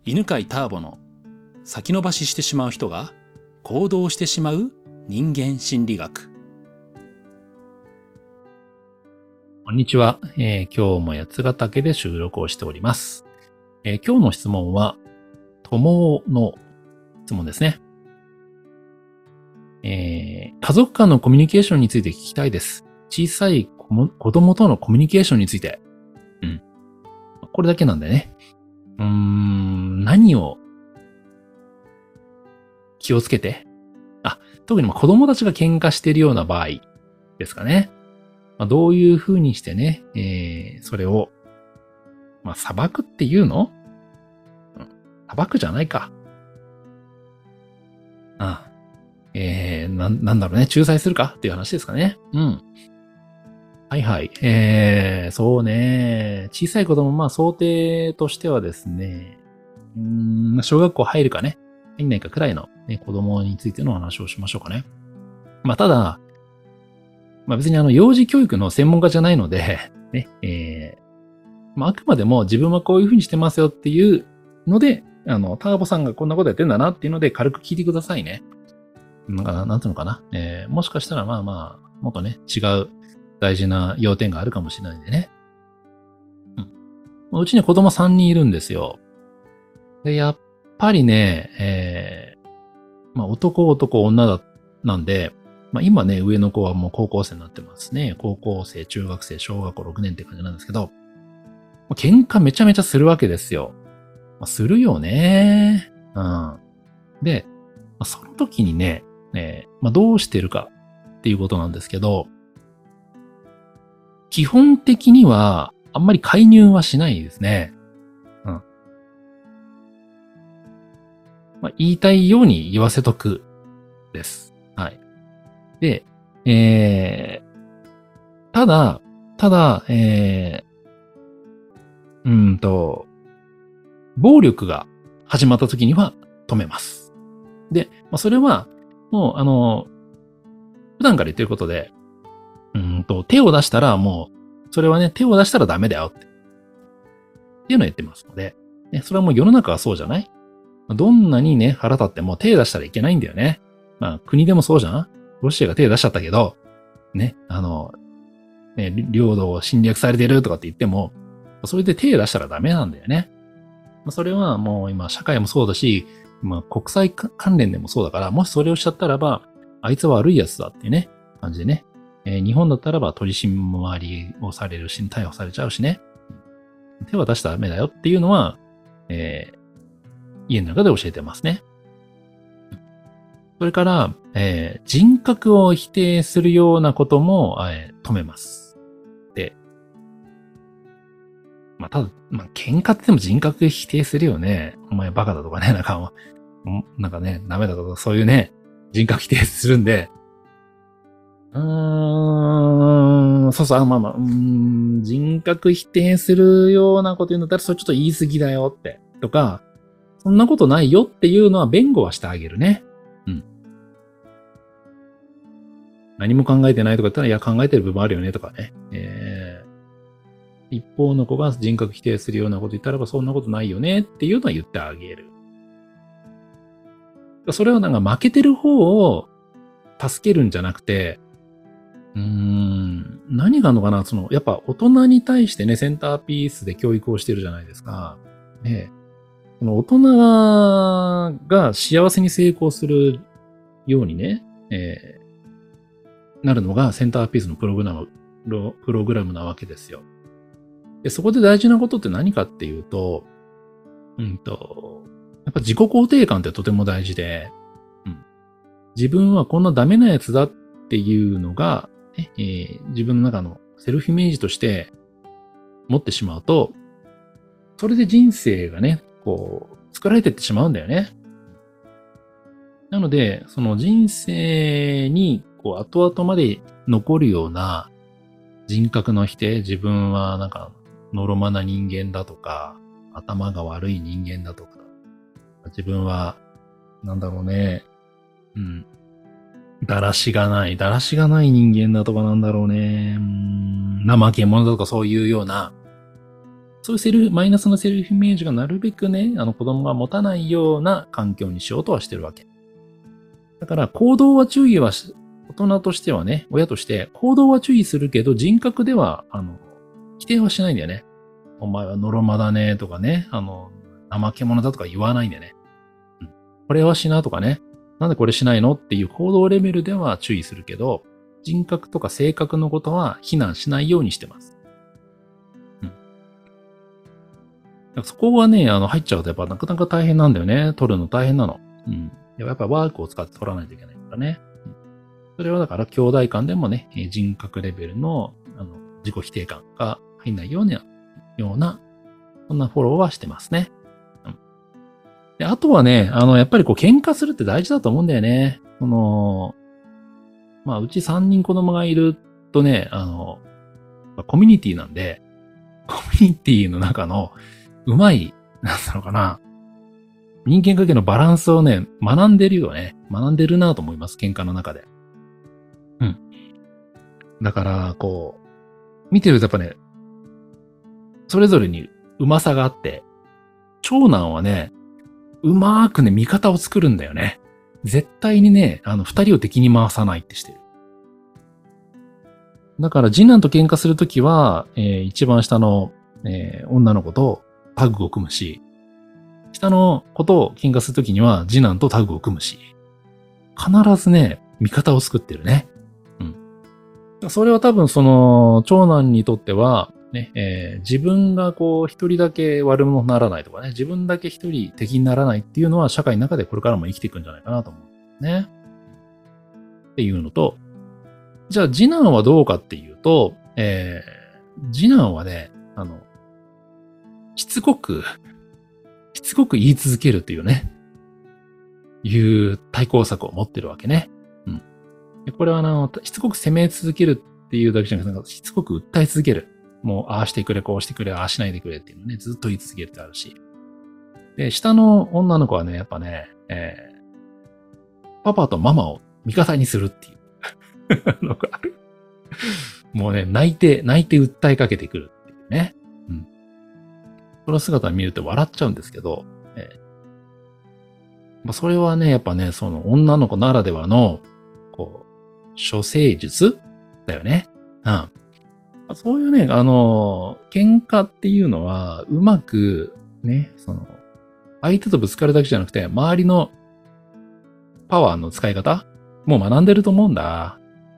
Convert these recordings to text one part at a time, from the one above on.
犬飼ターボの先延ばししてしまう人が行動してしまう人間心理学。こんにちは、今日も八ヶ岳で収録をしております。今日の質問は友の質問ですね。家族間のコミュニケーションについて聞きたいです。小さい子供とのコミュニケーションについて。これだけなんでね。何を気をつけて、特に子供たちが喧嘩しているような場合ですかね。どういう風にしてね、それを、裁くっていうの？裁くじゃないか。なんだろうね、仲裁するかっていう話ですかね。はいはい。そうね。小さい子供、想定としてはですね、小学校入るかね、入んないかくらいの、子供についての話をしましょうかね。ただ、別に幼児教育の専門家じゃないので、あくまでも自分はこういうふうにしてますよっていうので、ターボさんがこんなことやってんだなっていうので軽く聞いてくださいね。なんていうのかな。もしかしたらもっとね、違う大事な要点があるかもしれないんでね。うちに子供3人いるんですよ。で、やっぱりね、男女なんで、今ね、上の子はもう高校生になってますね。高校生、中学生、小学校6年って感じなんですけど、喧嘩めちゃめちゃするわけですよ。するよね。で、その時にね、どうしてるかっていうことなんですけど、基本的にはあんまり介入はしないですね。言いたいように言わせとくです。はい。で、ただ、暴力が始まった時には止めます。で、それは、もう、普段から言ってることで、手を出したらそれはね、手を出したらダメだよっていうのを言ってますので、それはもう世の中はそうじゃない？どんなにね、腹立っても手出したらいけないんだよね。国でもそうじゃん？ロシアが手出しちゃったけど、領土を侵略されてるとかって言っても、それで手出したらダメなんだよね。それはもう今社会もそうだし、国際関連でもそうだから、もしそれをしちゃったらば、あいつは悪い奴だっていうね、感じでね。日本だったらば取り締まりをされるし、逮捕されちゃうしね。手は出したらダメだよっていうのは、家の中で教えてますね。それから、人格を否定するようなことも、止めます。で、ただ、喧嘩ってでも人格否定するよね。お前バカだとかね、なんかね、ダメだとか、そういうね、人格否定するんで、そうそう、人格否定するようなこと言うんだったら、それちょっと言い過ぎだよって、とか、そんなことないよっていうのは弁護はしてあげるね。何も考えてないとか言ったら、いや、考えてる部分あるよねとかね。一方の子が人格否定するようなこと言ったらば、そんなことないよねっていうのは言ってあげる。それは負けてる方を助けるんじゃなくて、何があるのかな、やっぱ大人に対してね、センターピースで教育をしてるじゃないですか。その大人が幸せに成功するようにね、なるのがセンターピースのプログラムなわけですよ。で、そこで大事なことって何かっていうと、やっぱ自己肯定感ってとても大事で、自分はこんなダメなやつだっていうのが、自分の中のセルフイメージとして持ってしまうと、それで人生がね、作られてってしまうんだよね。なので、その人生に、後々まで残るような人格の否定、自分はのろまな人間だとか、頭が悪い人間だとか、自分は、だらしがない人間だとか怠け者だとかそういうような、 そういうマイナスのセルフイメージがなるべくね、子供が持たないような環境にしようとはしてるわけ。だから行動は注意は大人としてはね、親として行動は注意するけど人格では、否定はしないんだよね。お前はノロマだねとかね、怠け者だとか言わないんだよね。これはしなとかね、なんでこれしないのっていう行動レベルでは注意するけど、人格とか性格のことは非難しないようにしてます。そこはね、入っちゃうとやっぱなかなか大変なんだよね。取るの大変なの。やっぱワークを使って取らないといけないからね。それはだから兄弟間でもね、人格レベルの、自己否定感が入んないような、そんなフォローはしてますね。で、あとはね、やっぱり喧嘩するって大事だと思うんだよね。うち3人子供がいるとね、コミュニティなんで、コミュニティの中のうまい、なんだろうかな。人間関係のバランスをね、学んでるよね。学んでるなと思います。喧嘩の中で。だから、見てるとやっぱね、それぞれにうまさがあって、長男はね、うまーくね、味方を作るんだよね。絶対にね、二人を敵に回さないってしてる。だから、次男と喧嘩するときは、一番下の、女の子とタッグを組むし、下の子と喧嘩するときには次男とタッグを組むし、必ずね、味方を作ってるね。それは多分長男にとっては、ね、自分が一人だけ悪者にならないとかね、自分だけ一人敵にならないっていうのは社会の中でこれからも生きていくんじゃないかなと思う。ね。っていうのと、じゃあ次男はどうかっていうと、次男はね、しつこく言い続けるっていうね、いう対抗策を持ってるわけね。これはしつこく責め続けるっていうだけじゃなくて、しつこく訴え続ける。もう、ああしてくれ、こうしてくれ、ああしないでくれっていうのね、ずっと言い続けるってあるし。で、下の女の子はね、やっぱね、パパとママを味方にするっていうのがある。もうね、泣いて訴えかけてくるっていうね。その姿を見ると笑っちゃうんですけど、それはね、やっぱね、その女の子ならではの、処世術だよね。そういうね、喧嘩っていうのは、うまく、ね、相手とぶつかるだけじゃなくて、周りのパワーの使い方もう学んでると思うんだ。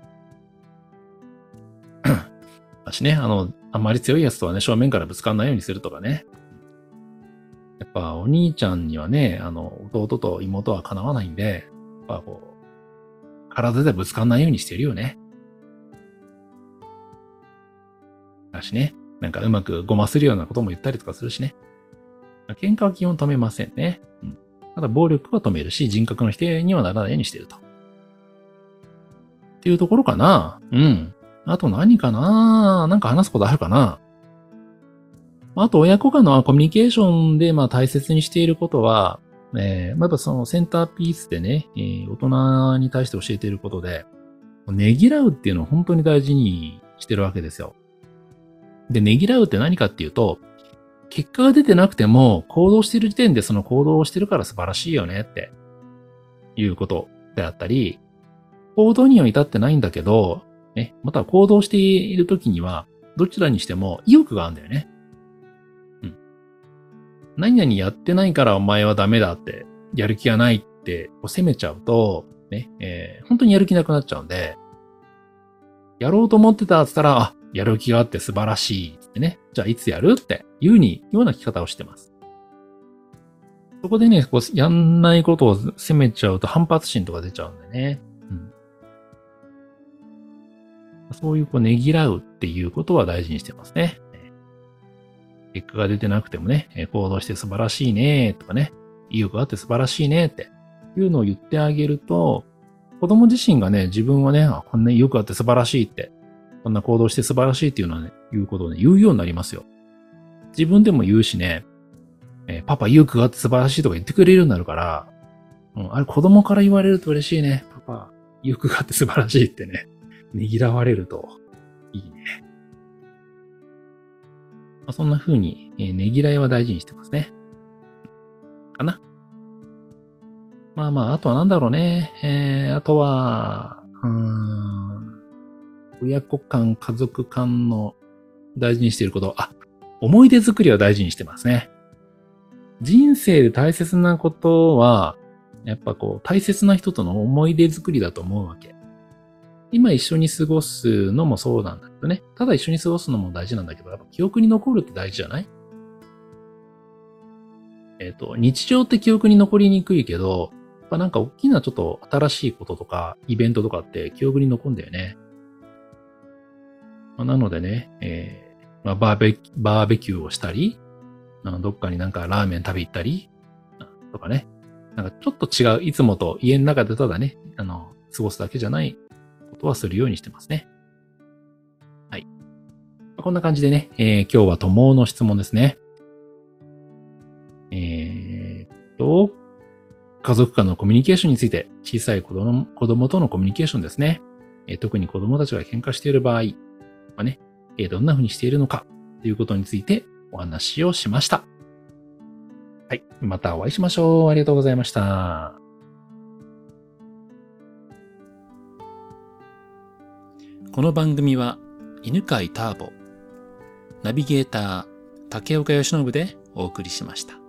私ね、あんまり強いやつとはね、正面からぶつかんないようにするとかね。やっぱ、お兄ちゃんにはね、弟と妹は叶わないんで、やっぱ体でぶつかんないようにしてるよね。だしね、なんかうまくごまするようなことも言ったりとかするしね。喧嘩は基本止めませんね。ただ暴力は止めるし、人格の否定にはならないようにしてると。っていうところかな。あと何かな。なんか話すことあるかな。あと親子間のコミュニケーションで大切にしていることは、やっぱそのセンターピースでね、大人に対して教えていることで、ねぎらうっていうのを本当に大事にしてるわけですよ。で、ねぎらうって何かっていうと、結果が出てなくても行動してる時点でその行動をしてるから素晴らしいよねっていうことであったり、行動には至ってないんだけど、ね、または行動している時には、どちらにしても意欲があるんだよね。何々やってないからお前はダメだって、やる気がないって責めちゃうと、ね、本当にやる気なくなっちゃうんで、やろうと思ってたって言ったら、やる気があって素晴らしいってね、じゃあいつやるっていうような聞き方をしてます。そこでね、やんないことを責めちゃうと反発心とか出ちゃうんでね。そういうねぎらうっていうことは大事にしてますね。結果が出てなくてもね、行動して素晴らしいねとかね、意欲があって素晴らしいねっていうのを言ってあげると、子供自身がね、自分はね、こんな意欲があって素晴らしいって、こんな行動して素晴らしいっていうのはね、いうことをね、言うようになりますよ。自分でも言うしね、パパ意欲があって素晴らしいとか言ってくれるようになるから、あれ子供から言われると嬉しいね。パパ意欲があって素晴らしいってね、ねぎらわれるといいね。そんな風に、 ねぎらいは大事にしてますね。かな。まあまあ、あとはなんだろうね。あとは、親子間、家族間の大事にしていること。思い出作りは大事にしてますね。人生で大切なことは、やっぱ大切な人との思い出作りだと思うわけ。今一緒に過ごすのもそうなんだけどね。ただ一緒に過ごすのも大事なんだけど、やっぱ記憶に残るって大事じゃない？日常って記憶に残りにくいけど、やっぱなんか大きなちょっと新しいこととか、イベントとかって記憶に残るんだよね。なのでね、バーベキューをしたり、どっかになんかラーメン食べ行ったり、とかね。なんかちょっと違う、いつもと家の中でただね、過ごすだけじゃないことはするようにしてますね。はい。こんな感じでね、今日は友の質問ですね。家族間のコミュニケーションについて、小さい子供とのコミュニケーションですね。特に子供たちが喧嘩している場合はね、どんな風にしているのかということについてお話をしました。はい。またお会いしましょう。ありがとうございました。この番組は、犬飼ターボ、ナビゲーター、竹岡由伸でお送りしました。